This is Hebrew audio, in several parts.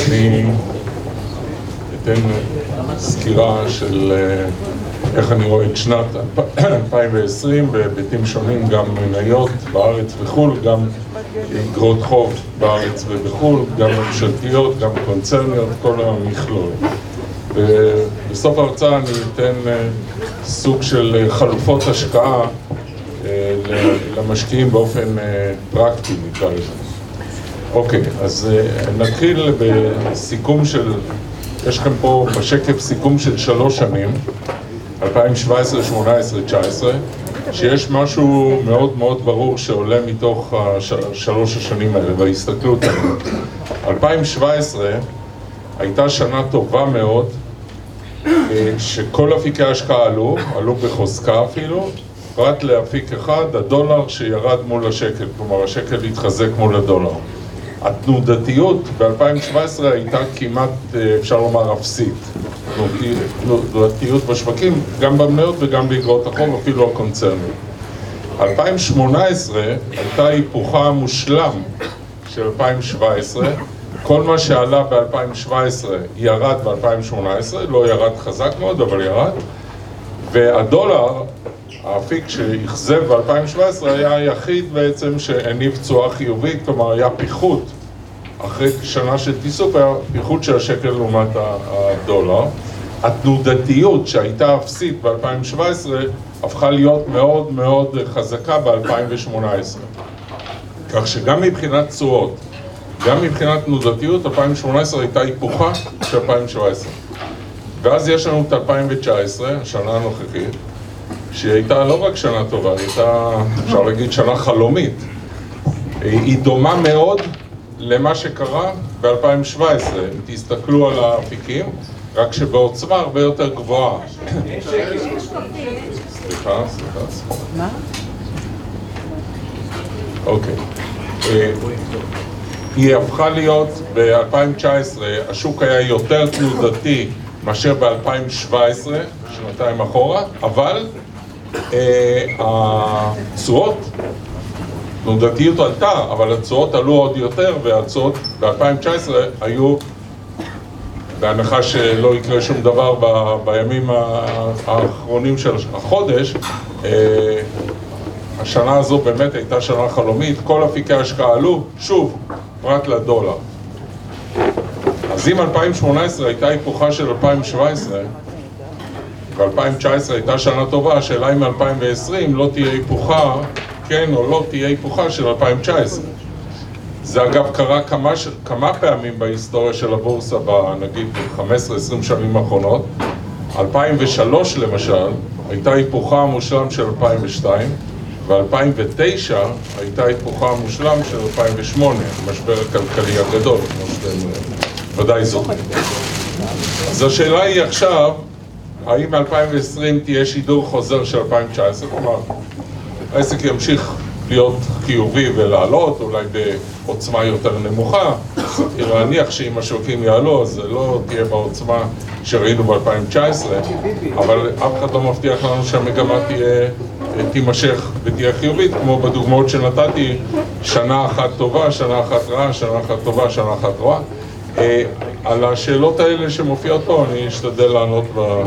אני אתן סקירה של איך אני רואה את שנת 2020 בהיבטים שונים, גם מניות בארץ וחו"ל, גם אגרות חוב בארץ ובחו"ל, גם ממשלתיות, גם קונצרניות, כל המכלול. ובסוף ההרצאה אני אתן סוג של חלופות השקעה למשקיעים באופן פרקטי, נקרא לזה. אוקיי, אז נתחיל בסיכום של, יש לכם פה בשקף סיכום של 3 שנים, 2017, 2018, 2019, שיש משהו מאוד מאוד ברור שעולה מתוך 3 השנים האלה, וההסתכלות עליהם. 2017 הייתה שנה טובה מאוד, שכל אפיקי ההשקעה עלו בחוזקה אפילו, פרט לאפיק אחד, הדולר שירד מול השקל, כלומר השקל התחזק מול הדולר. התנודתיות ב-2017 הייתה כמעט, אפשר לומר, אפסית. תנודתיות בשווקים, גם במניות וגם באגרות החוב, אפילו הקונצרניות. 2018 הייתה היפוכה המושלם של 2017, כל מה שעלה ב-2017 ירד ב-2018, לא ירד חזק מאוד, אבל ירד, והדולר, האפיק שהחזב ב-2017 היה היחיד בעצם שהניב תשואה חיובית, כלומר היה פיחות, אחרי שנה של טיסוק היה פיחות של השקל לעומת הדולר. התנודתיות שהייתה אפסית ב-2017 הפכה להיות מאוד מאוד חזקה ב-2018. כך שגם מבחינת תשואות, גם מבחינת תנודתיות, 2018 הייתה היפוכה של 2017. ואז יש לנו את 2019, השנה הנוכחית, שהיא הייתה לא רק שנה טובה, היא הייתה, אפשר להגיד, שנה חלומית. היא דומה מאוד למה שקרה ב-2017. אם תסתכלו על האפיקים, רק שבעוצמה הרבה יותר גבוהה. סליחה. מה? אוקיי. היא הפכה להיות, ב-2019 השוק היה יותר תנודתי מאשר ב-2017, שנתיים אחורה, אבל התשואות, תנודתיות עלתה, אבל התשואות עלו עוד יותר, והתשואות ב-2019 היו, בהנחה שלא יקרה שום דבר בימים האחרונים של החודש, השנה הזו באמת הייתה שנה חלומית, כל אפיקי ההשקעה עלו, שוב, פרט לדולר. אז אם 2018 הייתה היפוכה של 2017, ו-2019 הייתה שנה טובה, השאלה אם 2020 לא תהיה היפוכה, כן או לא תהיה היפוכה של 2019. זה אגב קרה כמה פעמים בהיסטוריה של הבורסה, נגיד ב-15-20 שנים האחרונות. 2003 למשל, הייתה היפוכה המושלם של 2002, ו-2009 הייתה היפוכה המושלם של 2008, המשבר הכלכלי הגדול, כמו שאתם ודאי זוכרים. אז השאלה היא עכשיו, האם 2020 תהיה שידור חוזר של 2019? כלומר, העסק ימשיך להיות חיובי ולעלות, אולי בעוצמה יותר נמוכה. צריך להניח שאם השווקים יעלו, אז זה לא תהיה בעוצמה שראינו ב-2019, אבל אף אחד לא מבטיח לנו שהמגמה תימשך ותהיה חיובית, כמו בדוגמאות שנתתי, שנה אחת טובה, שנה אחת רעה, שנה אחת טובה, שנה אחת רעה. על השאלות האלה שמופיעות פה, אני אשתדל לענות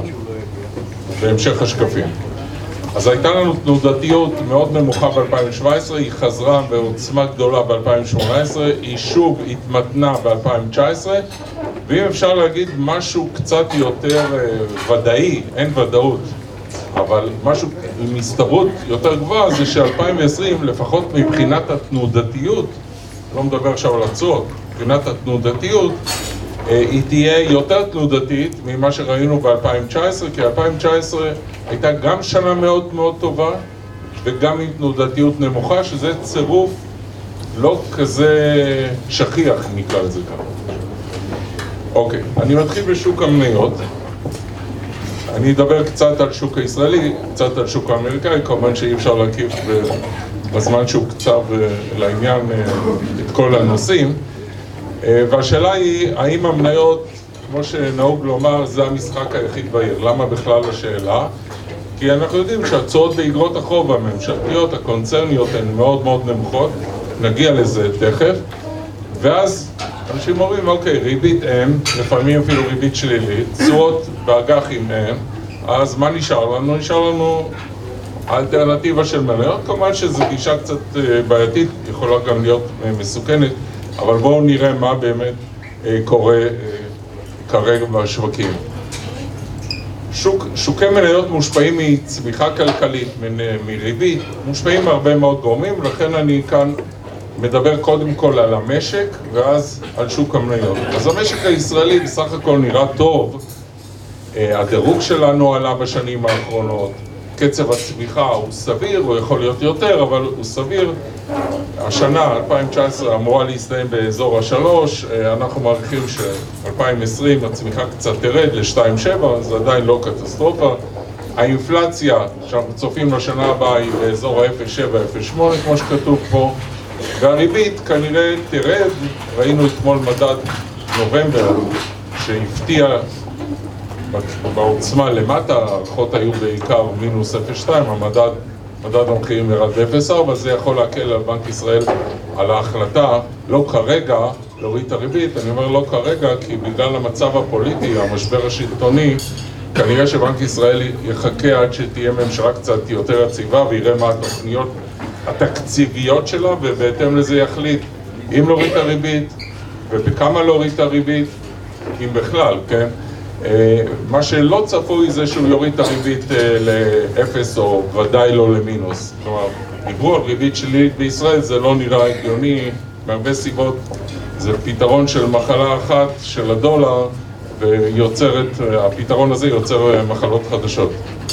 בהמשך השקפים. אז הייתה לנו תנודתיות מאוד נמוכה ב-2017, היא חזרה בעוצמה גדולה ב-2018, היא שוב התמתנה ב-2019, ואם אפשר להגיד משהו קצת יותר ודאי, אין ודאות, אבל משהו עם הסתברות יותר גבוהה, זה ש-2020, לפחות מבחינת התנודתיות, לא מדבר עכשיו על התשואות, מבחינת התנודתיות, היא תהיה יותר תנודתית ממה שראינו ב-2019, כי 2019 הייתה גם שנה מאוד מאוד טובה וגם עם תנודתיות נמוכה, שזה צירוף לא כזה שכיח, נקרא לזה ככה. אוקיי, אני מתחיל בשוק המניות. אני אדבר קצת על שוק הישראלי, קצת על שוק האמריקאי, כמובן שאי אפשר להקיף בזמן שהוא קצב לעניין את כל הנושאים. והשאלה היא, האם המניות, כמו שנהוג לומר, זה המשחק היחיד בעיר? למה בכלל השאלה? כי אנחנו יודעים שהתשואות באגרות החוב הממשלתיות, הקונצרניות, הן מאוד מאוד נמוכות, נגיע לזה תכף, ואז אנשים אומרים, אוקיי, ריבית אין, לפעמים אפילו ריבית שלילית, תשואות באג"חים אין, אז מה נשאר לנו? נשאר לנו האלטרנטיבה של מניות, כמובן שזו גישה קצת בעייתית, יכולה גם להיות מסוכנת, אבל בואו נראה מה באמת קורה כרגע בשווקים. שוקי מניות מושפעים מצמיחה כלכלית, מריבית, מושפעים מהרבה מאוד גורמים, ולכן אני כאן מדבר קודם כל על המשק ואז על שוק המניות. אז המשק הישראלי בסך הכל נראה טוב, הדירוג שלנו עלה בשנים האחרונות, קצב הצמיחה הוא סביר, הוא יכול להיות יותר, אבל הוא סביר. השנה, 2019, אמורה להסתיים באזור ה-3, אנחנו מעריכים ש-2020 הצמיחה קצת תרד ל-2.7, זה עדיין לא קטסטרופה. האינפלציה שאנחנו צופים לשנה הבאה היא באזור ה-0.7-0.8, כמו שכתוב פה, והריבית כנראה תרד. ראינו אתמול מדד נובמבר שהפתיע בעוצמה למטה, הערכות היו בעיקר מינוס 0.2, מדד המחירים ירד ב-0.4, זה יכול להקל על בנק ישראל על ההחלטה, לא כרגע, להוריד את הריבית. אני אומר לא כרגע, כי בגלל המצב הפוליטי, המשבר השלטוני, כנראה שבנק ישראל יחכה עד שתהיה ממשלה קצת יותר יציבה ויראה מה התוכניות התקציביות שלה, ובהתאם לזה יחליט אם להוריד את הריבית ובכמה להוריד את הריבית, אם בכלל, כן? מה שלא צפוי זה שהוא יוריד את הריבית לאפס או ודאי לא למינוס. כלומר, דיברו על ריבית שלילית בישראל, זה לא נראה הגיוני מהרבה סיבות. זה פתרון של מחלה אחת של הדולר, והפתרון הזה יוצר מחלות חדשות.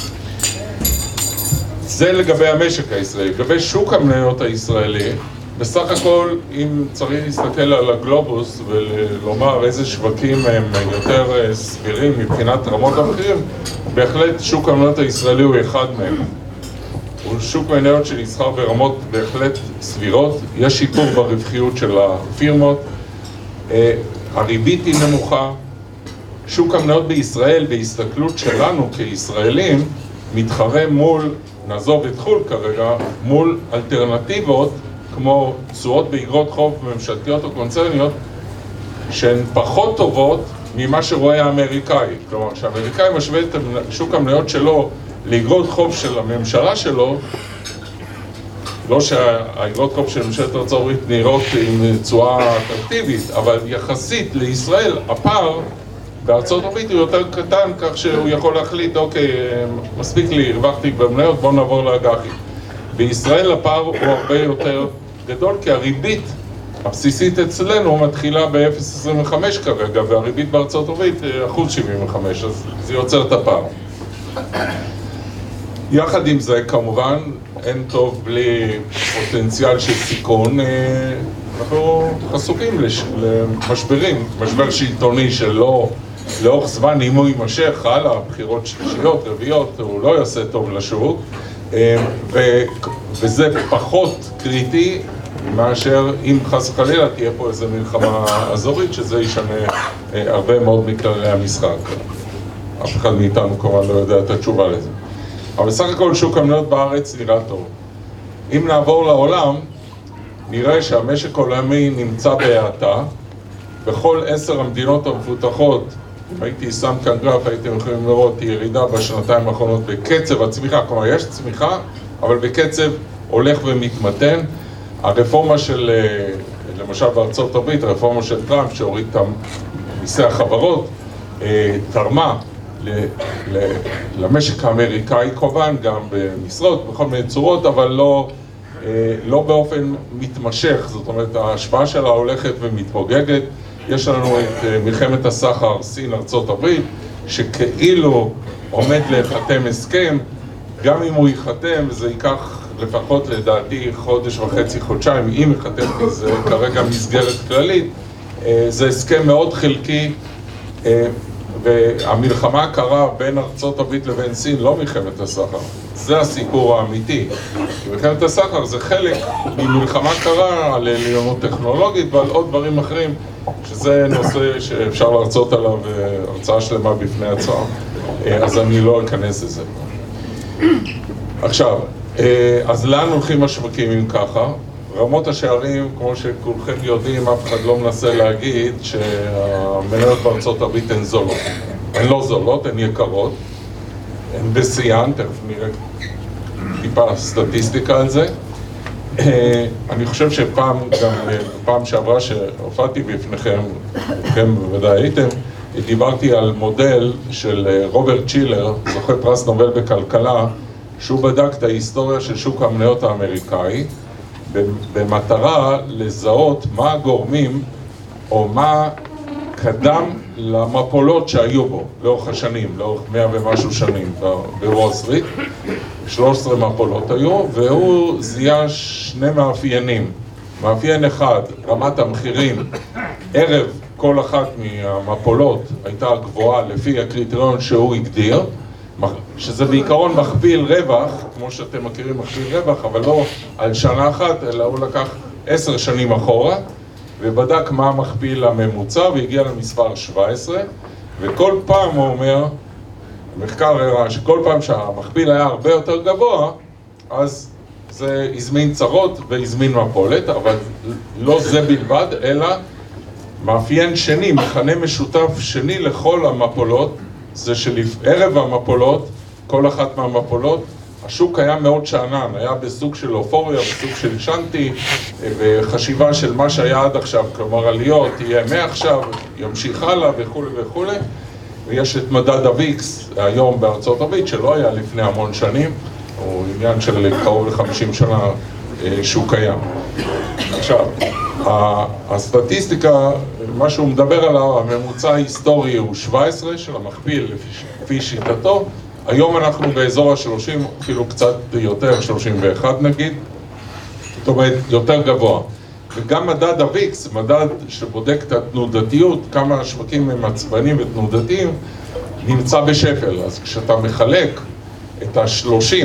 זה לגבי המשק הישראלי. לגבי שוק המניות הישראלי, בסך הכל, אם צריך להסתכל על הגלובוס ולומר איזה שווקים הם יותר סבירים מבחינת רמות המחירים, בהחלט שוק המניות הישראלי הוא אחד מהם. הוא שוק מניות שנסחר ברמות בהחלט סבירות, יש שיפור ברווחיות של הפירמות, הריבית היא נמוכה. שוק המניות בישראל, בהסתכלות שלנו כישראלים, מתחרה מול, נעזוב את חו"ל כרגע, מול אלטרנטיבות כמו תשואות באגרות חוב ממשלתיות או קונצרניות, שהן פחות טובות ממה שרואה האמריקאי. כלומר, כשהאמריקאי משווה את שוק המניות שלו לאגרות חוב של הממשלה שלו, לא שהאגרות חוב של ממשלת ארצות הברית נראות עם תשואה אטרקטיבית, אבל יחסית לישראל, הפער בארצות הברית הוא יותר קטן, כך שהוא יכול להחליט, אוקיי, מספיק לי, הרווחתי במניות, בואו נעבור לאג"חים. בישראל הפער הוא הרבה יותר גדול, כי הריבית הבסיסית אצלנו מתחילה ב-0.25 כרגע, והריבית בארצות הברית 1.75%, אז זה יוצר את הפער. יחד עם זה, כמובן, אין טוב בלי פוטנציאל של סיכון. אנחנו חשופים למשברים, משבר שלטוני שלא לאורך זמן, אם הוא יימשך הלאה, בחירות שלישיות, רביעיות, הוא לא יעשה טוב לשוק, וזה פחות קריטי מאשר אם חס וחלילה תהיה פה איזו מלחמה אזורית, שזה ישנה הרבה מאוד מכללי המשחק. אף אחד מאיתנו כמובן לא יודע את התשובה לזה. אבל בסך הכל שוק המניות בארץ נראה טוב. אם נעבור לעולם, נראה שהמשק העולמי נמצא בהאטה. בכל 10 המדינות המפותחות, אם הייתי שם כאן גרף, הייתם יכולים לראות ירידה בשנתיים האחרונות בקצב הצמיחה. כלומר, יש צמיחה, אבל בקצב הולך ומתמתן. הרפורמה של, למשל בארצות הברית, הרפורמה של טראמפ שהוריד את מיסי החברות, תרמה למשק האמריקאי כמובן, גם במשרות, בכל מיני צורות, אבל לא באופן מתמשך. זאת אומרת, ההשפעה שלה הולכת ומתפוגגת. יש לנו את מלחמת הסחר סין ארצות הברית, שכאילו עומד להיחתם הסכם, גם אם הוא ייחתם, וזה ייקח לפחות לדעתי חודש וחצי, חודשיים, אם ייחתם, כי זה כרגע מסגרת כללית, זה הסכם מאוד חלקי, והמלחמה הקרה בין ארצות הברית לבין סין, לא מלחמת הסחר, זה הסיפור האמיתי. מלחמת הסחר זה חלק ממלחמה קרה על עליונות טכנולוגית ועל עוד דברים אחרים, שזה נושא שאפשר להרצות עליו הרצאה שלמה בפני עצמה, אז אני לא אכנס לזה. עכשיו, אז לאן הולכים השווקים אם ככה? רמות השערים, כמו שכולכם יודעים, אף אחד לא מנסה להגיד שהמניות בארצות הברית הן זולות. הן לא זולות, הן יקרות. הן בשיאן, תכף נראה טיפה סטטיסטיקה על זה. אני חושב שפעם, גם פעם שעברה שהופעתי בפניכם, אתם בוודאי הייתם, דיברתי על מודל של רוברט צ'ילר, זוכה פרס נובל בכלכלה, שהוא בדק את ההיסטוריה של שוק המניות האמריקאי, במטרה לזהות מה הגורמים או מה קדם למפולות שהיו בו לאורך השנים, לאורך 100 ומשהו שנים בוול סטריט. 13 מפולות היו, והוא זיהה שני מאפיינים. מאפיין אחד, רמת המחירים, ערב כל אחת מהמפולות הייתה גבוהה לפי הקריטריון שהוא הגדיר, שזה בעיקרון מכפיל רווח, כמו שאתם מכירים מכפיל רווח, אבל לא על שנה אחת, אלא הוא לקח 10 שנים אחורה, ובדק מה המכפיל הממוצע, והגיע למספר 17, וכל פעם הוא אומר, המחקר הראה שכל פעם שהמכפיל היה הרבה יותר גבוה, אז זה הזמין צרות והזמין מפולת, אבל לא זה בלבד, אלא מאפיין שני, מכנה משותף שני לכל המפולות, זה שלערב המפולות, כל אחת מהמפולות, השוק היה מאוד שאנן, היה בסוג של אופוריה, בסוג של שנטי, וחשיבה של מה שהיה עד עכשיו, כלומר עליות, יהיה מעכשיו, ימשיך הלאה וכו' וכו'. ויש את מדד הוויקס היום בארצות הברית, שלא היה לפני המון שנים, הוא עניין של קרוב ל-50 שנה שהוא קיים. עכשיו, הסטטיסטיקה, מה שהוא מדבר עליו, הממוצע ההיסטורי הוא 17 של המכפיל לפי שיטתו, היום אנחנו באזור ה-30, אפילו קצת יותר, 31 נגיד, זאת אומרת, יותר גבוה. וגם מדד הוויקס, מדד שבודק את התנודתיות, כמה השווקים הם עצבנים ותנודתיים, נמצא בשפל. אז כשאתה מחלק את ה-30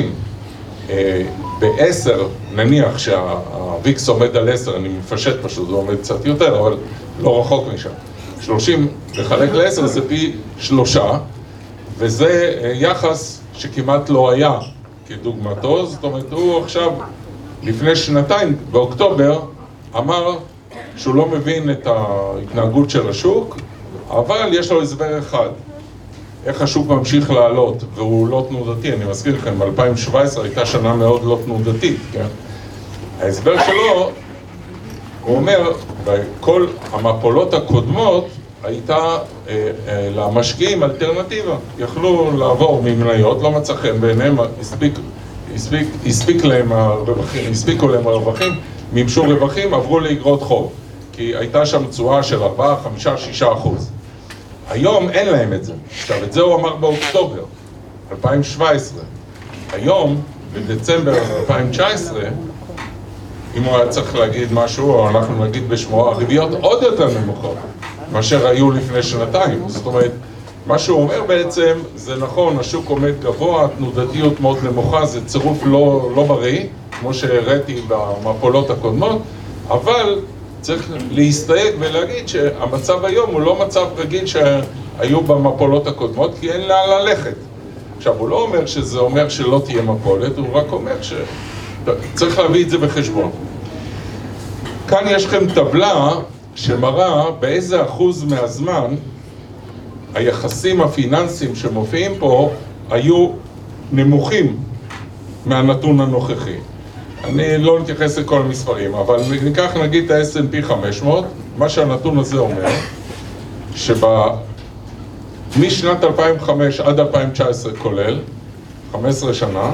ב-10, נניח שהוויקס עומד על 10, אני מפשט פשוט, זה עומד קצת יותר, אבל לא רחוק משם. 30 לחלק ל-10 זה פי 3, וזה יחס שכמעט לא היה כדוגמתו, זאת אומרת, הוא עכשיו, לפני שנתיים, באוקטובר, אמר שהוא לא מבין את ההתנהגות של השוק, אבל יש לו הסבר אחד, איך השוק ממשיך לעלות, והוא לא תנודתי. אני מזכיר לכם, ב-2017 הייתה שנה מאוד לא תנודתית, כן? ההסבר שלו, הוא אומר, בכל המפולות הקודמות הייתה למשקיעים אלטרנטיבה. יכלו לעבור ממניות, לא מצא חן בעיניהם, הספיקו להם הרווחים, מימשו רווחים, עברו לאגרות חוב, כי הייתה שם תשואה של 4, 5, 6%. היום אין להם את זה. עכשיו, את זה הוא אמר באוקטובר 2017. היום, בדצמבר 2019, אם הוא היה צריך להגיד משהו, או אנחנו נגיד בשמו, הריביות עוד יותר נמוכות מאשר היו לפני שנתיים. זאת אומרת, מה שהוא אומר בעצם, זה נכון, השוק עומד גבוה, התנודתיות מאוד נמוכה, זה צירוף לא בריא, כמו שהראיתי במפולות הקודמות, אבל צריך להסתייג ולהגיד שהמצב היום הוא לא מצב רגיל שהיו במפולות הקודמות, כי אין לאן ללכת. עכשיו, הוא לא אומר שזה אומר שלא תהיה מפולת, הוא רק אומר שצריך להביא את זה בחשבון. כאן יש לכם טבלה שמראה באיזה אחוז מהזמן היחסים הפיננסיים שמופיעים פה היו נמוכים מהנתון הנוכחי. אני לא נתייחס לכל המספרים, אבל ניקח נגיד את ה-S&P 500, מה שהנתון הזה אומר, משנת 2005 עד 2019 כולל, 15 שנה,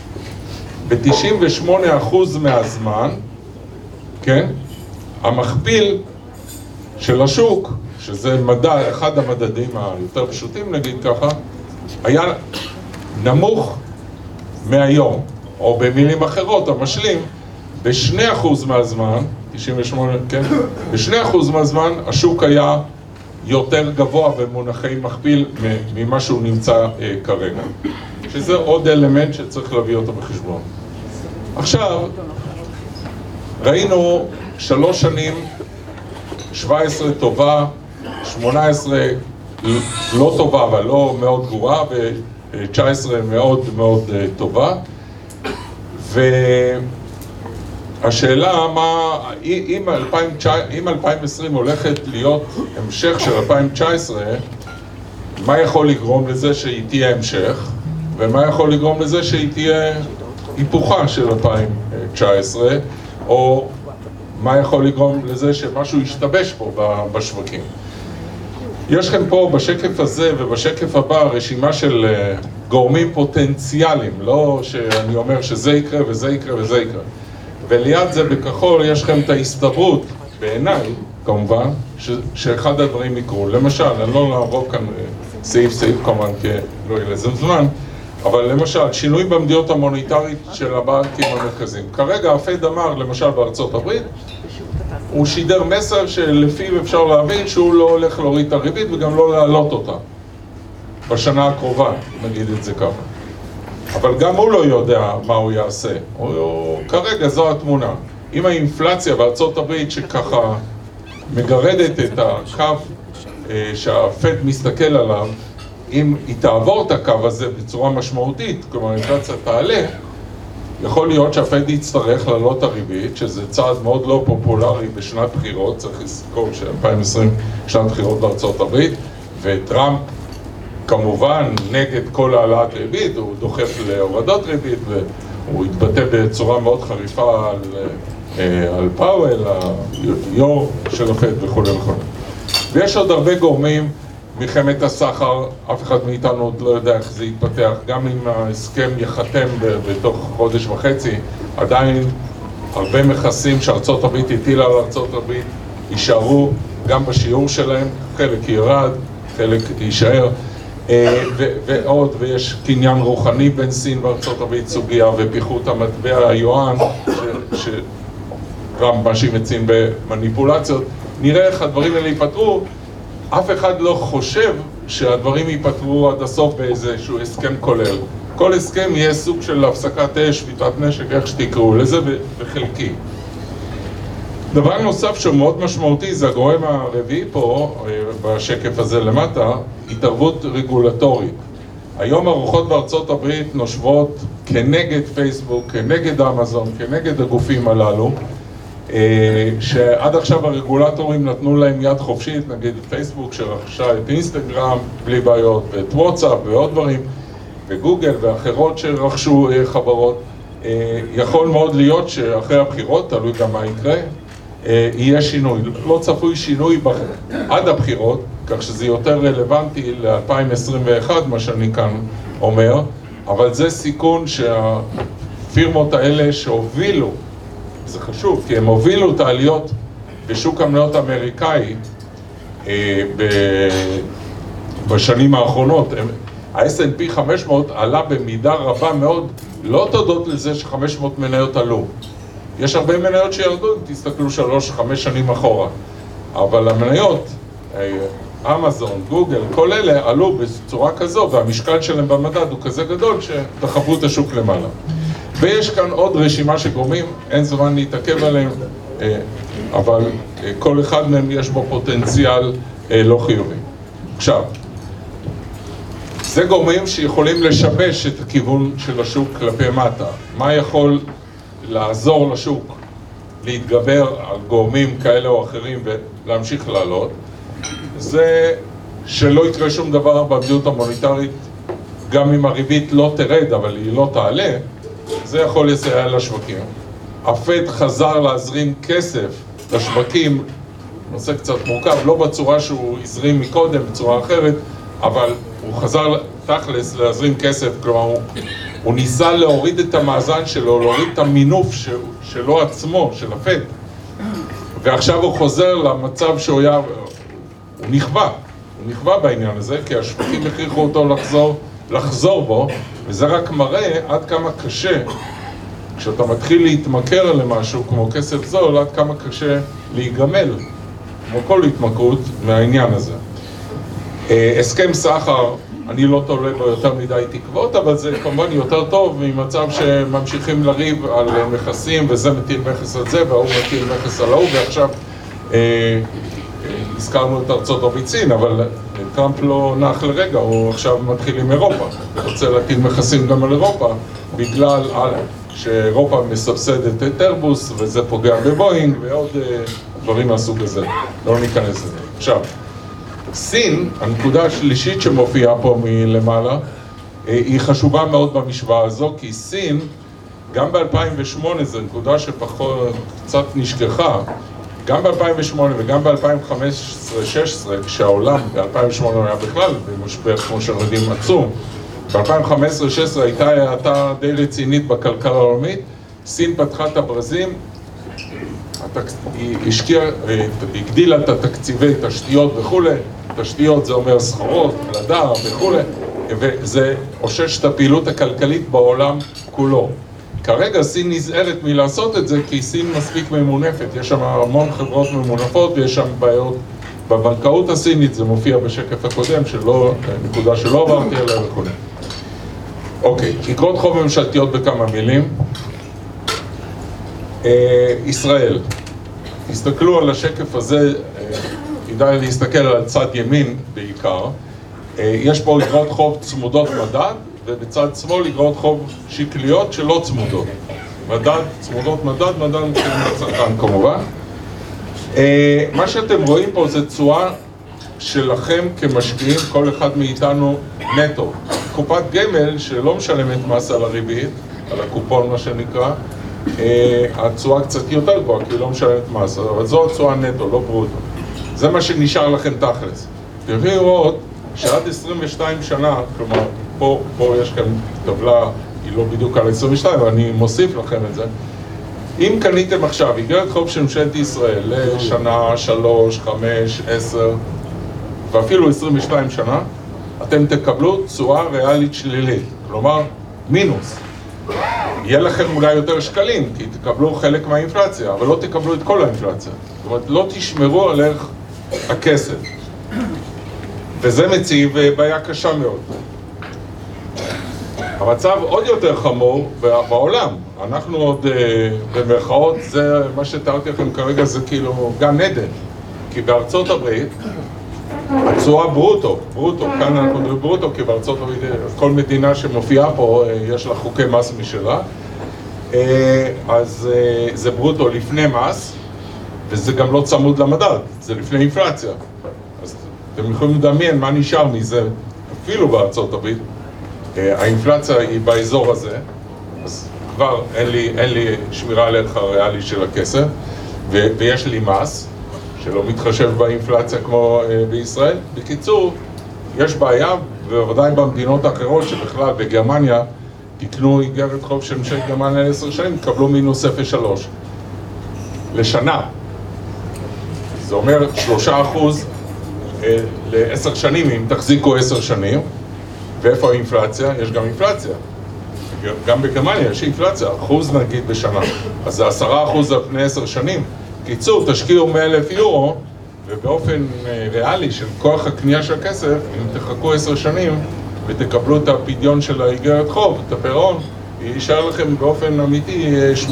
ב-98% מהזמן, כן, המכפיל של השוק, שזה מדע, אחד המדדים היותר פשוטים נגיד ככה, היה נמוך מהיום, או במילים אחרות, המשלים, ב2% מהזמן, 98, כן? ב2% מהזמן השוק היה יותר גבוה במונחי מכפיל ממה שהוא נמצא כרגע. שזה עוד אלמנט שצריך להביא אותו בחשבון. עכשיו, ראינו 3 שנים, 17 טובה, 18 לא טובה, אבל לא מאוד גרועה, ו-19 מאוד מאוד טובה. השאלה אם 2020 הולכת להיות המשך של 2019, מה יכול לגרום לזה שהיא תהיה המשך, ומה יכול לגרום לזה שהיא תהיה היפוכה של 2019, או מה יכול לגרום לזה שמשהו ישתבש פה בשווקים. יש לכם פה בשקף הזה ובשקף הבא רשימה של גורמים פוטנציאליים, לא שאני אומר שזה יקרה וזה יקרה וזה יקרה. וליד זה בכחול יש לכם את ההסתברות, בעיניי כמובן, שאחד הדברים יקרו. למשל, אני לא נעבור כאן סעיף כמובן כי לא יהיה לזה זמן, אבל למשל, שינוי במדיניות המוניטרית של הבנקים המרכזיים. כרגע הפד אמר, למשל בארצות הברית, הוא שידר מסר שלפיו אפשר להבין שהוא לא הולך להוריד את הריבית וגם לא להעלות אותה בשנה הקרובה, נגיד את זה ככה. אבל גם הוא לא יודע מה הוא יעשה. כרגע זו התמונה. אם האינפלציה בארצות הברית שככה מגרדת את הקו שהפד מסתכל עליו, אם היא תעבור את הקו הזה בצורה משמעותית, כלומר האינפלציה תעלה, יכול להיות שהפד יצטרך לעלות הריבית, שזה צעד מאוד לא פופולרי בשנת בחירות, צריך לזכור ש-2020 שנת בחירות בארצות הברית, וטראמפ כמובן נגד כל העלאת ריבית, הוא דוחף להורדות ריבית, והוא התבטא בצורה מאוד חריפה על פאוול, היו"ר של הפד וכו' וכו'. ויש עוד הרבה גורמים, מלחמת הסחר, אף אחד מאיתנו עוד לא יודע איך זה יתפתח, גם אם ההסכם יחתם בתוך חודש וחצי, עדיין הרבה מכסים שארצות הברית הטילה על ארצות הברית יישארו גם בשיעור שלהם, חלק ירד, חלק יישאר, ועוד, ויש קניין רוחני בין סין וארצות הברית סוגיה, ופיחות המטבע היואן, גם מה שהם מציעים במניפולציות, נראה איך הדברים האלה ייפתרו. אף אחד לא חושב שהדברים ייפתרו עד הסוף באיזשהו הסכם כולל. כל הסכם יהיה סוג של הפסקת אש, שביתת נשק, איך שתקראו לזה, וחלקי. דבר נוסף שהוא מאוד משמעותי, זה הגורם הרביעי פה, בשקף הזה למטה, התערבות רגולטורית. היום הרוחות בארצות הברית נושבות כנגד פייסבוק, כנגד אמזון, כנגד הגופים הללו, שעד עכשיו הרגולטורים נתנו להם יד חופשית, נגיד פייסבוק שרכשה את אינסטגרם בלי בעיות, ואת וואטסאפ ועוד דברים, וגוגל ואחרות שרכשו חברות. יכול מאוד להיות שאחרי הבחירות, תלוי גם מה יקרה, יהיה שינוי. לא צפוי שינוי עד הבחירות, כך שזה יותר רלוונטי ל-2021, מה שאני כאן אומר, אבל זה סיכון שהפירמות האלה שהובילו, זה חשוב, כי הם הובילו את העליות בשוק המניות האמריקאי בשנים האחרונות. ה-S&P 500 עלה במידה רבה מאוד, לא תודות לזה ש-500 מניות עלו. יש הרבה מניות שירדו, תסתכלו 3-5 שנים אחורה. אבל המניות, אמזון, גוגל, כל אלה עלו בצורה כזו, והמשקל שלהם במדד הוא כזה גדול שדחפו את השוק למעלה. ויש כאן עוד רשימה שגורמים, אין זמן להתעכב עליהם, אבל כל אחד מהם יש בו פוטנציאל לא חיובי. עכשיו, זה גורמים שיכולים לשבש את הכיוון של השוק כלפי מטה. מה יכול לעזור לשוק להתגבר על גורמים כאלה או אחרים ולהמשיך לעלות? זה שלא יקרה שום דבר במדיניות המוניטרית, גם אם הריבית לא תרד, אבל היא לא תעלה, זה יכול לסייע לשווקים. הפד חזר להזרים כסף לשווקים, נושא קצת מורכב, לא בצורה שהוא הזרים מקודם, בצורה אחרת, אבל הוא חזר תכלס להזרים כסף, כלומר הוא ניסה להוריד את המאזן שלו, להוריד את המינוף שלו עצמו, של הפד. ועכשיו הוא חוזר למצב שהוא היה, הוא נכווה בעניין הזה, כי השווקים הכריחו אותו לחזור בו, וזה רק מראה עד כמה קשה, כשאתה מתחיל להתמכר למשהו כמו כסף זול, עד כמה קשה להיגמל, כמו כל התמכרות מהעניין הזה. הסכם סחר, אני לא תולה בו יותר מדי תקוות, אבל זה כמובן יותר טוב ממצב שממשיכים לריב על מכסים, וזה מטיל מכס על זה, והוא מטיל מכס על ההוא, ועכשיו הזכרנו את ארצות הברית סין, אבל טראמפ לא נח לרגע, הוא עכשיו מתחיל עם אירופה, הוא רוצה להטיל מכסים גם על אירופה, בגלל שאירופה מסבסדת את איירבוס וזה פוגע בבואינג ועוד דברים מהסוג הזה, לא ניכנס לזה. עכשיו, סין, הנקודה השלישית שמופיעה פה מלמעלה, היא חשובה מאוד במשוואה הזו, כי סין, גם ב-2008, זו נקודה שפחות, קצת נשכחה, גם ב-2008 וגם ב-2015-2016, כשהעולם ב-2008 היה בכלל במשבר, כמו שאנחנו עצום, ב-2015-2016 הייתה האטה די רצינית בכלכלה העולמית, סין פתחה את הברזים, היא הגדילה את התקציבי תשתיות וכולי, תשתיות זה אומר סחורות, פלדה וכולי, וזה אושש את הפעילות הכלכלית בעולם כולו. כרגע סין נזהרת מלעשות את זה כי סין מספיק ממונפת, יש שם המון חברות ממונפות ויש שם בעיות בבנקאות הסינית, זה מופיע בשקף הקודם, נקודה שלא עברתי עליה וכולי. אוקיי, אגרות חוב ממשלתיות בכמה מילים. ישראל, תסתכלו על השקף הזה, כדאי להסתכל על צד ימין בעיקר. יש פה אגרות חוב צמודות מדד, ובצד שמאל אגרות חוב שקליות שלא צמודות. מדד, צמודות מדד, מדד צרכן כמובן. מה שאתם רואים פה זה תשואה שלכם כמשקיעים, כל אחד מאיתנו נטו. קופת גמל שלא משלמת מס על הריבית, על הקופון מה שנקרא, התשואה קצת יותר גבוהה כי היא לא משלמת מס, אבל זו התשואה נטו, לא ברוטו. זה מה שנשאר לכם תכלס. תראו לראות שעד 22 שנה, כלומר פה יש כאן טבלה, היא לא בדיוק על 22, אבל אני מוסיף לכם את זה. אם קניתם עכשיו איגרת חוב של ממשלת ישראל לשנה, 3, 5, 10 ואפילו 22 שנה, אתם תקבלו תשואה ריאלית שלילית, כלומר מינוס. יהיה לכם אולי יותר שקלים, כי תקבלו חלק מהאינפלציה, אבל לא תקבלו את כל האינפלציה. זאת אומרת, לא תשמרו על ערך הכסף. וזה מציב בעיה קשה מאוד. המצב עוד יותר חמור בעולם. אנחנו עוד במרכאות, זה מה שתיארתי לכם כרגע זה כאילו גן עדן. כי בארצות הברית, התשואה ברוטו, כאן אנחנו מדברים ברוטו, כי בארצות הברית, כל מדינה שמופיעה פה, יש לה חוקי מס משלה. אז זה ברוטו לפני מס, וזה גם לא צמוד למדד, זה לפני אינפלציה. אז אתם יכולים לדמיין מה נשאר מזה, אפילו בארצות הברית. האינפלציה היא באזור הזה, אז כבר אין לי שמירה על ערך הריאלי של הכסף, ויש לי מס, שלא מתחשב באינפלציה כמו בישראל. בקיצור, יש בעיה, ובוודאי במדינות האחרות שבכלל בגרמניה, תקנו איגרת חוב של ממשלת גרמניה ל10 שנים, תקבלו מינוס 0.3 לשנה. זה אומר 3% ל10 שנים, אם תחזיקו 10 שנים. ואיפה האינפלציה? יש גם אינפלציה. גם בגרמניה יש אינפלציה, 1% נגיד בשנה. אז זה 10% על פני 10 שנים. קיצור, תשקיעו 100,000 יורו, ובאופן ריאלי של כוח הקנייה של הכסף, אם תחכו 10 שנים ותקבלו את הפדיון של האיגרת חוב, את הפירעון, יישאר לכם באופן אמיתי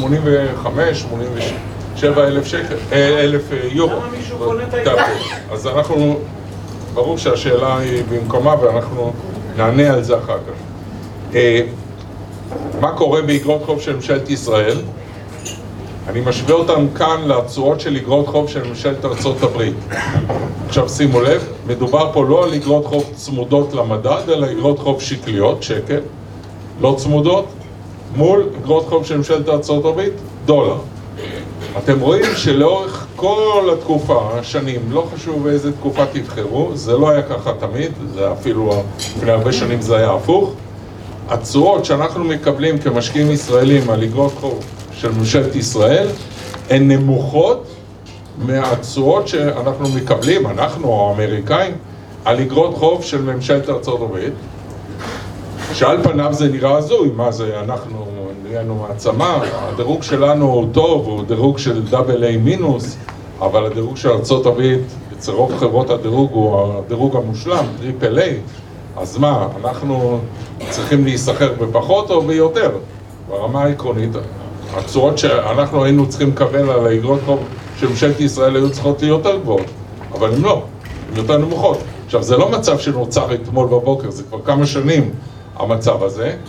87,000 יורו. למה מישהו קונה את האיגרת? אז אנחנו, ברור שהשאלה היא במקומה ואנחנו נענה על זה אחר כך. מה קורה באיגרות חוב של ממשלת ישראל? אני משווה אותם כאן לתשואות של איגרות חוב של ממשלת ארצות הברית. עכשיו שימו לב, מדובר פה לא על איגרות חוב צמודות למדד, אלא איגרות חוב שקליות, שקל, לא צמודות, מול איגרות חוב של ממשלת ארצות הברית, דולר. אתם רואים שלאורך כל התקופה, השנים, לא חשוב באיזה תקופה תבחרו, זה לא היה ככה תמיד, זה אפילו לפני הרבה שנים זה היה הפוך. התשואות שאנחנו מקבלים כמשקיעים ישראלים על איגרות חוב של ממשלת ישראל, הן נמוכות מהתשואות שאנחנו מקבלים, אנחנו או האמריקאים, על איגרות חוב של ממשלת ארצות הברית, שעל פניו זה נראה הזוי, מה זה, אנחנו נהיינו מעצמה, הדירוג שלנו הוא טוב, הוא דירוג של AA מינוס, אבל הדירוג של ארצות הברית, אצל רוב חברות הדירוג הוא הדירוג המושלם, AAA, אז מה, אנחנו צריכים להיסחר בפחות או ביותר? ברמה העקרונית, התשואות שאנחנו היינו צריכים לקבל על האיגרות חוב של ממשלת ישראל היו צריכות להיות יותר גבוהות, אבל הן לא, הן יותר נמוכות. עכשיו, זה לא מצב שנוצר אתמול בבוקר, זה כבר כמה שנים המצב הזה,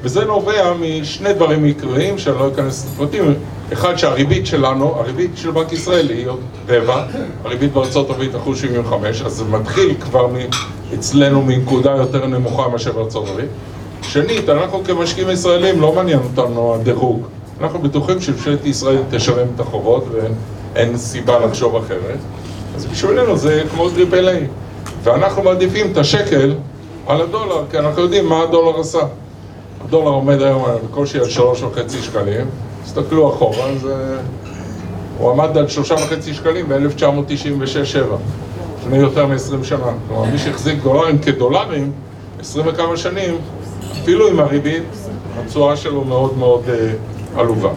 וזה נובע משני דברים עיקריים שאני לא אכנס לפרטים. אחד, שהריבית שלנו, הריבית של בנק ישראל היא רבע, הריבית בארצות הברית 1.75%, אז זה מתחיל כבר אצלנו מנקודה יותר נמוכה מאשר בארצות הברית. שנית, אנחנו כמשקיעים ישראלים לא מעניין אותנו הדירוג. אנחנו בטוחים שממשלת ישראל תשלם את החובות ואין סיבה לחשוב אחרת. אז בשבילנו זה כמו טריפל איי. ואנחנו מעדיפים את השקל על הדולר, כי אנחנו יודעים מה הדולר עשה. הדולר עומד היום בקושי על 3.5 שקלים. תסתכלו אחורה, הוא עמד על 3.5 שקלים ב-1996-7, לפני יותר מ-20 שנה. כלומר, מי שהחזיק דולרים כדולרים, 20 וכמה שנים, אפילו עם הריבית, התשואה שלו מאוד מאוד עלובה.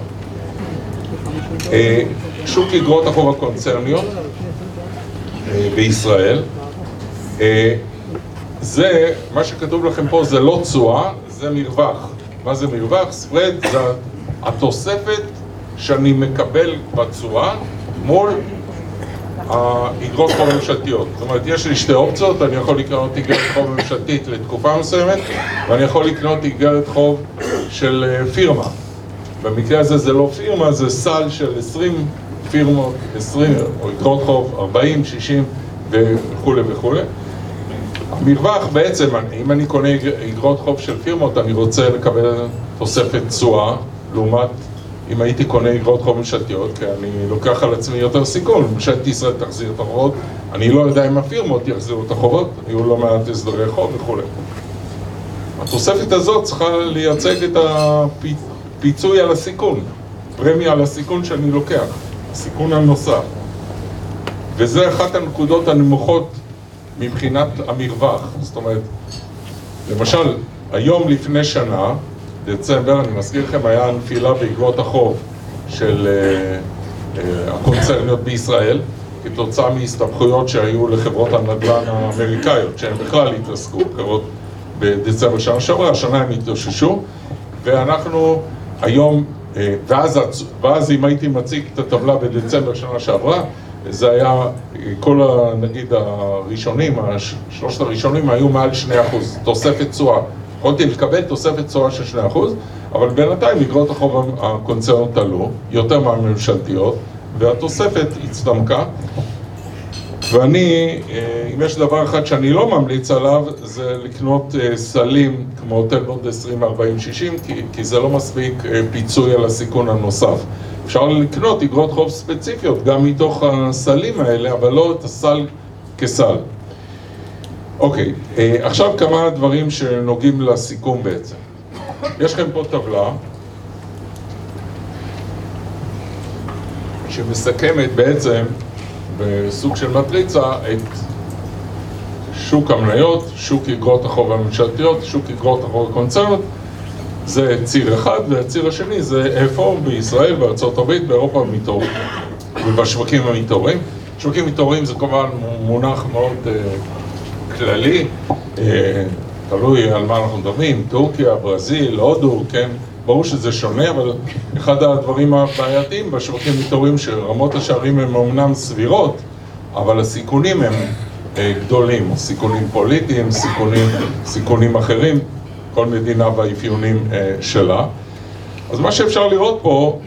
שוק אגרות החוב הקונצרניות בישראל, זה, מה שכתוב לכם פה זה לא תשואה, זה מרווח. מה זה מרווח? ספרד זה התוספת שאני מקבל בתשואה מול האגרות חוב ממשלתיות. זאת אומרת, יש לי שתי אופציות, אני יכול לקנות אגרת חוב ממשלתית לתקופה מסוימת, ואני יכול לקנות אגרת חוב של פירמה. במקרה הזה זה לא פירמה, זה סל של 20 פירמות, 20 או אגרות חוב, 40, 60 וכו' וכו'. המרווח בעצם, אם אני קונה אגרות חוב של פירמות, אני רוצה לקבל תוספת תשואה, לעומת אם הייתי קונה אגרות חוב ממשלתיות, כי אני לוקח על עצמי יותר סיכון, ממשלת ישראל תחזיר את החובות, אני לא יודע אם הפירמות יחזירו את החובות, יהיו לא מעט הסדרי חוב וכו'. התוספת הזאת צריכה לייצג את הפיצוי על הסיכון, פרמיה על הסיכון שאני לוקח, הסיכון הנוסף. וזה אחת הנקודות הנמוכות מבחינת המרווח. זאת אומרת, למשל, היום לפני שנה, דצמבר, אני מזכיר לכם, היה נפילה באגרות החוב של הקונצרניות בישראל, כתוצאה מהסתבכויות שהיו לחברות הנדל"ן האמריקאיות, שהן בכלל התעסקו, חברות בדצמבר שנה שעברה, השנה הם התאוששו, ואנחנו היום, ואז אם הייתי מציג את הטבלה בדצמבר שנה שעברה, זה היה, כל נגיד הראשונים, שלושת הראשונים היו מעל 2%, תוספת תשואה. יכולתי לקבל תוספת תשואה של 2%, אבל בינתיים אגרות החוב הקונצרניות עלו, יותר מהממשלתיות, והתוספת הצטמקה. ואני, אם יש דבר אחד שאני לא ממליץ עליו, זה לקנות סלים כמו טלבורד 20, 40, 60, כי זה לא מספיק פיצוי על הסיכון הנוסף. אפשר לקנות אגרות חוב ספציפיות גם מתוך הסלים האלה, אבל לא את הסל כסל. אוקיי, עכשיו כמה דברים שנוגעים לסיכום בעצם. יש לכם פה טבלה שמסכמת בעצם בסוג של מטריצה את שוק המניות, שוק אגרות החוב הממשלתיות, שוק אגרות החוב הקונצרניות. זה ציר אחד, והציר השני זה איפה בישראל, בארצות הברית, באירופה מתעוררים, ובשווקים המתעוררים. שווקים מתעוררים זה כמובן מונח מאוד כללי, תלוי על מה אנחנו מדברים, טורקיה, ברזיל, הודו, כן, ברור שזה שונה, אבל אחד הדברים הבעייתיים בשווקים מתעוררים שרמות השערים הם אמנם סבירות, אבל הסיכונים הם גדולים, סיכונים פוליטיים, סיכונים אחרים, כל מדינה והאפיונים שלה. אז מה שאפשר לראות פה,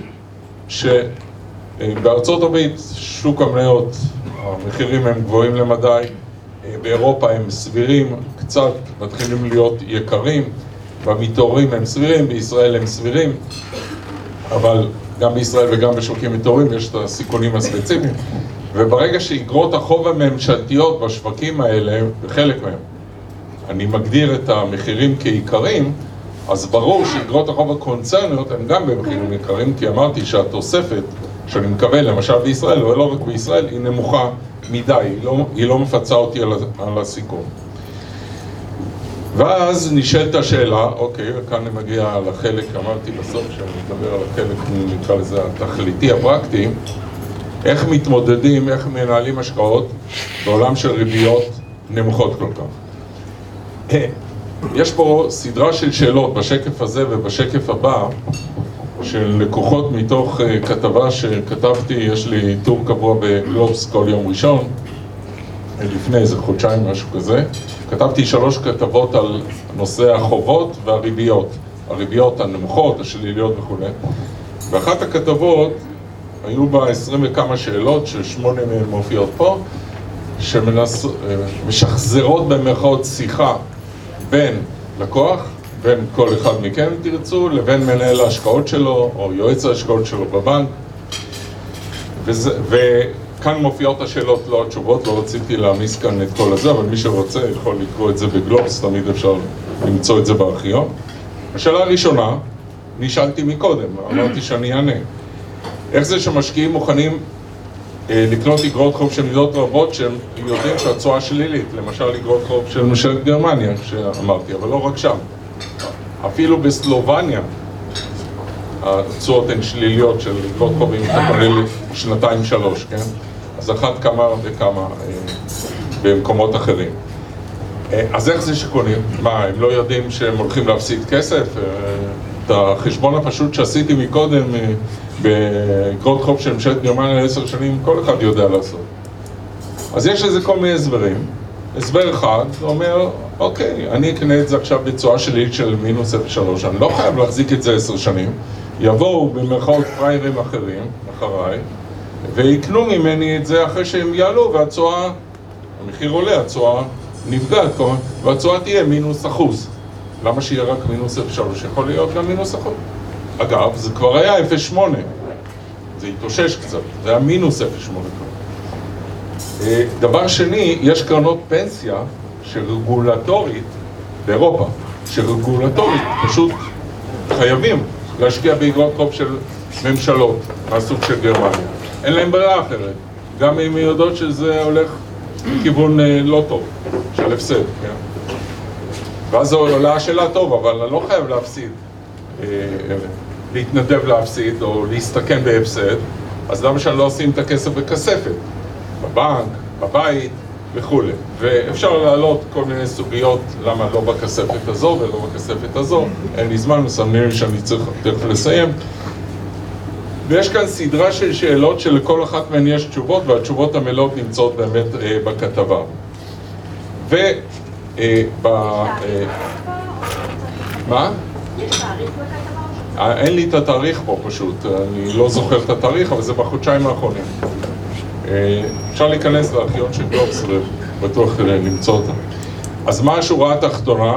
שבארצות הברית שוק המניות, המחירים הם גבוהים למדי, באירופה הם סבירים, קצת מתחילים להיות יקרים, במתעוררים הם סבירים, בישראל הם סבירים, אבל גם בישראל וגם בשווקים מתעוררים יש את הסיכונים הספציפיים. וברגע שאגרות החוב הממשלתיות בשווקים האלה, בחלק מהם, אני מגדיר את המחירים כעיקרים, אז ברור שאגרות החוב הקונצרניות הן גם במחירים יקרים, כי אמרתי שהתוספת שאני מקבל, למשל בישראל, ולא רק בישראל, היא נמוכה מדי, היא לא מפצה אותי על הסיכון. ואז נשאלת השאלה, אוקיי, וכאן אני מגיע לחלק, אמרתי בסוף שאני מדבר על החלק, נקרא לזה התכליתי, הפרקטי, איך מתמודדים, איך מנהלים השקעות בעולם של ריביות נמוכות כל כך. יש פה סדרה של שאלות בשקף הזה ובשקף הבא של לקוחות מתוך כתבה שכתבתי, יש לי טור קבוע בגלובס כל יום ראשון, לפני איזה חודשיים, משהו כזה. כתבתי 3 כתבות על נושא החובות והריביות. הריביות הנמוכות, השליליות וכו'. ואחת הכתבות, היו בה 20 וכמה שאלות, ש8 מהן מופיעות פה, שמשחזרות במרכאות שיחה בין לקוח, בין כל אחד מכם תרצו, לבין מנהל ההשקעות שלו, או יועץ ההשקעות שלו בבנק. וכאן מופיעות השאלות, לא התשובות, לא רציתי להעמיס כאן את כל הזה, אבל מי שרוצה יכול לקרוא את זה בגלובס, תמיד אפשר למצוא את זה בארכיון. השאלה הראשונה, נשאלתי מקודם, אמרתי שאני אענה. איך זה שמשקיעים מוכנים לקנות אגרות חוב של מדינות רבות שהם יודעים שהתשואה שלילית, למשל אגרות חוב של ממשלת גרמניה, שאמרתי, אבל לא רק שם. אפילו בסלובניה התשואות הן שליליות של אגרות חוב אם אתה קונה שנתיים-שלוש, כן? אז אחת כמה וכמה במקומות אחרים. אז איך זה שקונים? מה, הם לא יודעים שהם הולכים להפסיד כסף? את החשבון הפשוט שעשיתי מקודם באגרות חוב של ממשלת גרמניה 10 שנים, כל אחד יודע לעשות. אז יש לזה כל מיני הסברים. הסבר אחד אומר, אוקיי, אני אקנה את זה עכשיו בתשואה שלילית של מינוס 0.3, אני לא חייב להחזיק את זה 10 שנים, יבואו במרכאות פריירים אחרים, אחריי, ויקנו ממני את זה אחרי שהם יעלו, והתשואה, המחיר עולה, התשואה נפגעת, והתשואה תהיה מינוס 1%. למה שיהיה רק מינוס 0.3? יכול להיות גם מינוס 1%. אגב, זה כבר היה 0.8. זה התאושש קצת, זה היה מינוס 0.8 כבר. דבר שני, יש קרנות פנסיה שרגולטורית באירופה, שרגולטורית פשוט חייבים להשקיע באגרות חוב של ממשלות מהסוג של גרמניה. אין להם ברירה אחרת, גם אם יודעות שזה הולך לכיוון לא טוב, של הפסד, כן? ואז עולה השאלה טוב, אבל אני לא חייב להפסיד, להתנדב להפסיד או להסתכן בהפסד, אז למה שאני לא אשים את הכסף בכספת? בבנק, בבית וכו'. ואפשר להעלות כל מיני סוגיות למה לא בכספת הזו ולא בכספת הזו. אין לי זמן, מסמנים לי שאני צריך תכף לסיים. ויש כאן סדרה של שאלות שלכל אחת מהן יש תשובות, והתשובות המלאות נמצאות באמת בכתבה. מה? יש תאריך בכתבה? אין לי את התאריך פה פשוט, אני לא זוכר את התאריך, אבל זה בחודשיים האחרונים. אפשר להיכנס לארכיון של גלובס ובטוח למצוא אותה. אז מה השורה התחתונה?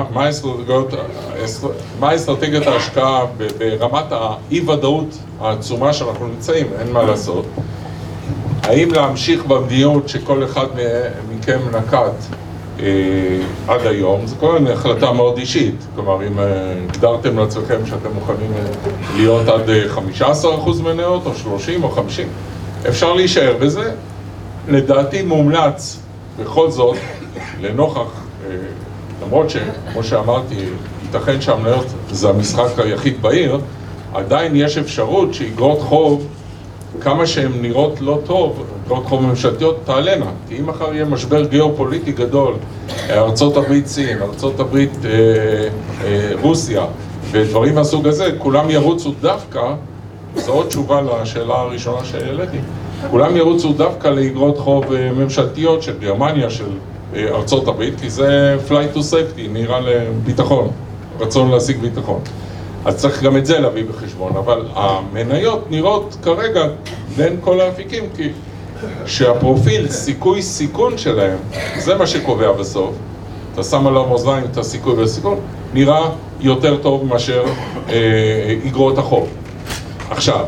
מה אסטרטגיית ההשקעה ברמת האי-ודאות העצומה שאנחנו נמצאים? אין מה לעשות. האם להמשיך במדיניות שכל אחד מכם נקט עד היום? זה כל מיני החלטה מאוד אישית. כלומר, אם הגדרתם לעצמכם שאתם מוכנים להיות עד 15% מניות, או 30 או 50, אפשר להישאר בזה. לדעתי מומלץ בכל זאת, לנוכח, למרות שכמו שאמרתי, ייתכן שהמניות זה המשחק היחיד בעיר, עדיין יש אפשרות שאגרות חוב, כמה שהן נראות לא טוב, אגרות חוב ממשלתיות תעלנה. כי אם מחר יהיה משבר גיאופוליטי גדול, ארצות הברית סין, ארצות הברית רוסיה, ודברים מהסוג הזה, כולם ירוצו דווקא, זו עוד תשובה לשאלה הראשונה שהעליתי, כולם ירוצו דווקא לאגרות חוב ממשלתיות של גרמניה, של ארצות הברית, כי זה flight to safety, נראה לביטחון, רצון להשיג ביטחון. אז צריך גם את זה להביא בחשבון, אבל המניות נראות כרגע בין כל האפיקים, כי שהפרופיל, סיכוי סיכון שלהם, זה מה שקובע בסוף, אתה שם על המאזניים את הסיכוי והסיכון, נראה יותר טוב מאשר אגרות החוב. עכשיו,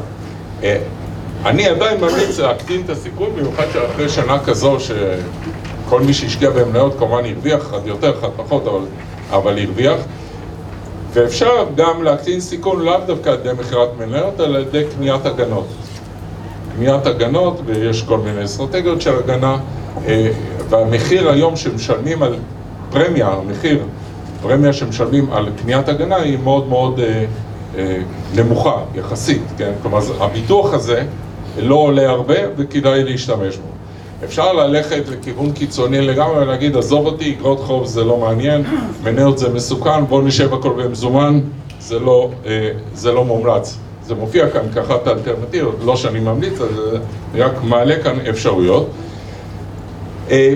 אני עדיין ממליץ להקטין את הסיכון, במיוחד שאחרי שנה כזו שכל מי שהשקיע במניות כמובן הרוויח, אחד יותר, אחד פחות, אבל הרוויח. ואפשר גם להקטין סיכון לאו דווקא על ידי מכירת מניות, אלא על ידי קניית הגנות. קניית הגנות, ויש כל מיני אסטרטגיות של הגנה, והמחיר היום שמשלמים על פרמיה, המחיר, פרמיה שמשלמים על קניית הגנה היא מאוד מאוד נמוכה, יחסית, כן? כלומר, הביטוח הזה לא עולה הרבה וכדאי להשתמש בו. אפשר ללכת לכיוון קיצוני לגמרי ולהגיד, עזוב אותי, אגרות חוב זה לא מעניין, מניות זה מסוכן, בוא נשב הכל במזומן, זה לא מומלץ. זה מופיע כאן כאחת האלטרנטיבות, לא שאני ממליץ, אני רק מעלה כאן אפשרויות.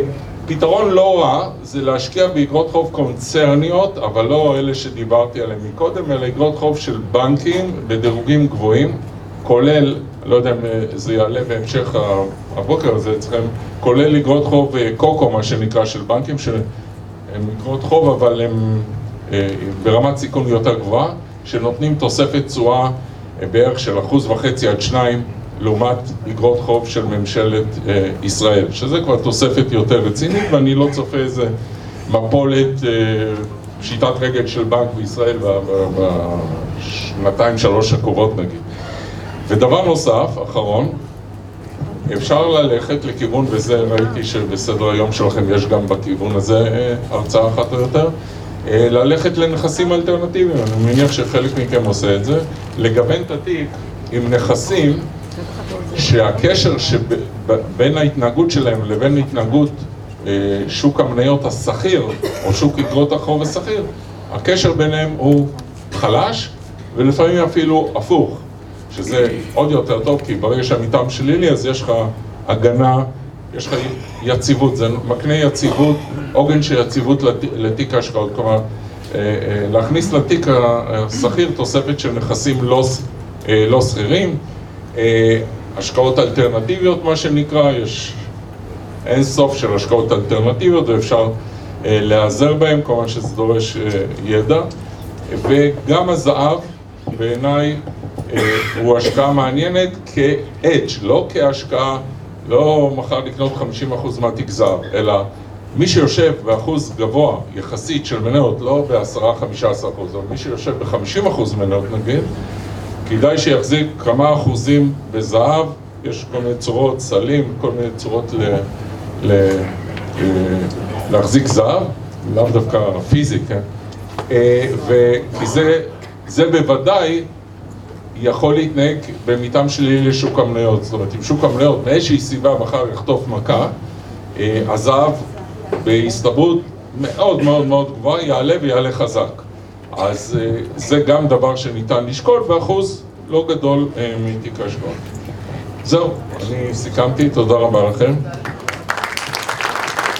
פתרון לא רע זה להשקיע באגרות חוב קונצרניות, אבל לא אלה שדיברתי עליהם מקודם, אלא אגרות חוב של בנקים בדירוגים גבוהים, כולל, לא יודע אם זה יעלה בהמשך הבוקר הזה אצלכם, כולל אגרות חוב קוקו, מה שנקרא, של בנקים שהם אגרות חוב, אבל הם ברמת סיכון יותר גבוהה, שנותנים תוספת תשואה בערך של 1.5% עד 2%, לעומת אגרות חוב של ממשלת ישראל, שזה כבר תוספת יותר רצינית, ואני לא צופה איזה מפולת, פשיטת רגל של בנק בישראל בשנתיים, שלוש הקרובות נגיד. ודבר נוסף, אחרון, אפשר ללכת לכיוון, וזה ראיתי שבסדר היום שלכם יש גם בכיוון הזה הרצאה אחת או יותר, ללכת לנכסים אלטרנטיביים. אני מניח שחלק מכם עושה את זה, לגוון את התיק עם נכסים שהקשר שבין ההתנהגות שלהם לבין התנהגות שוק המניות הסחיר או שוק אגרות החוב הסחיר, הקשר ביניהם הוא חלש ולפעמים אפילו הפוך, שזה עוד יותר טוב, כי ברגע שהמיתם שלילי אז יש לך הגנה, יש לך יציבות, זה מקנה יציבות, עוגן של יציבות לתיק ההשקעות, כלומר להכניס לתיק הסחיר תוספת של נכסים לא סחירים, השקעות אלטרנטיביות מה שנקרא, יש אין סוף של השקעות אלטרנטיביות ואפשר להיעזר בהן, כמובן שזה דורש ידע, וגם הזהב בעיניי הוא השקעה מעניינת כ-edge, לא כהשקעה, לא מחר לקנות 50% מהתיק זהב, אלא מי שיושב באחוז גבוה יחסית של מניות, לא ב10-15%, אבל מי שיושב ב50% מניות נגיד, כדאי שיחזיק כמה אחוזים בזהב, יש כל מיני צורות, סלים, כל מיני צורות להחזיק זהב, לאו דווקא פיזי, כן? וכי זה בוודאי יכול להתנהג במיתם שלי לשוק המניות, זאת אומרת, אם שוק המניות מאיזושהי סיבה מחר יחטוף מכה, הזהב בהסתברות מאוד מאוד מאוד גבוהה יעלה ויעלה חזק. אז זה גם דבר שניתן לשקול באחוז לא גדול מתיק ההשקעות. זהו, אני סיכמתי, תודה רבה לכם.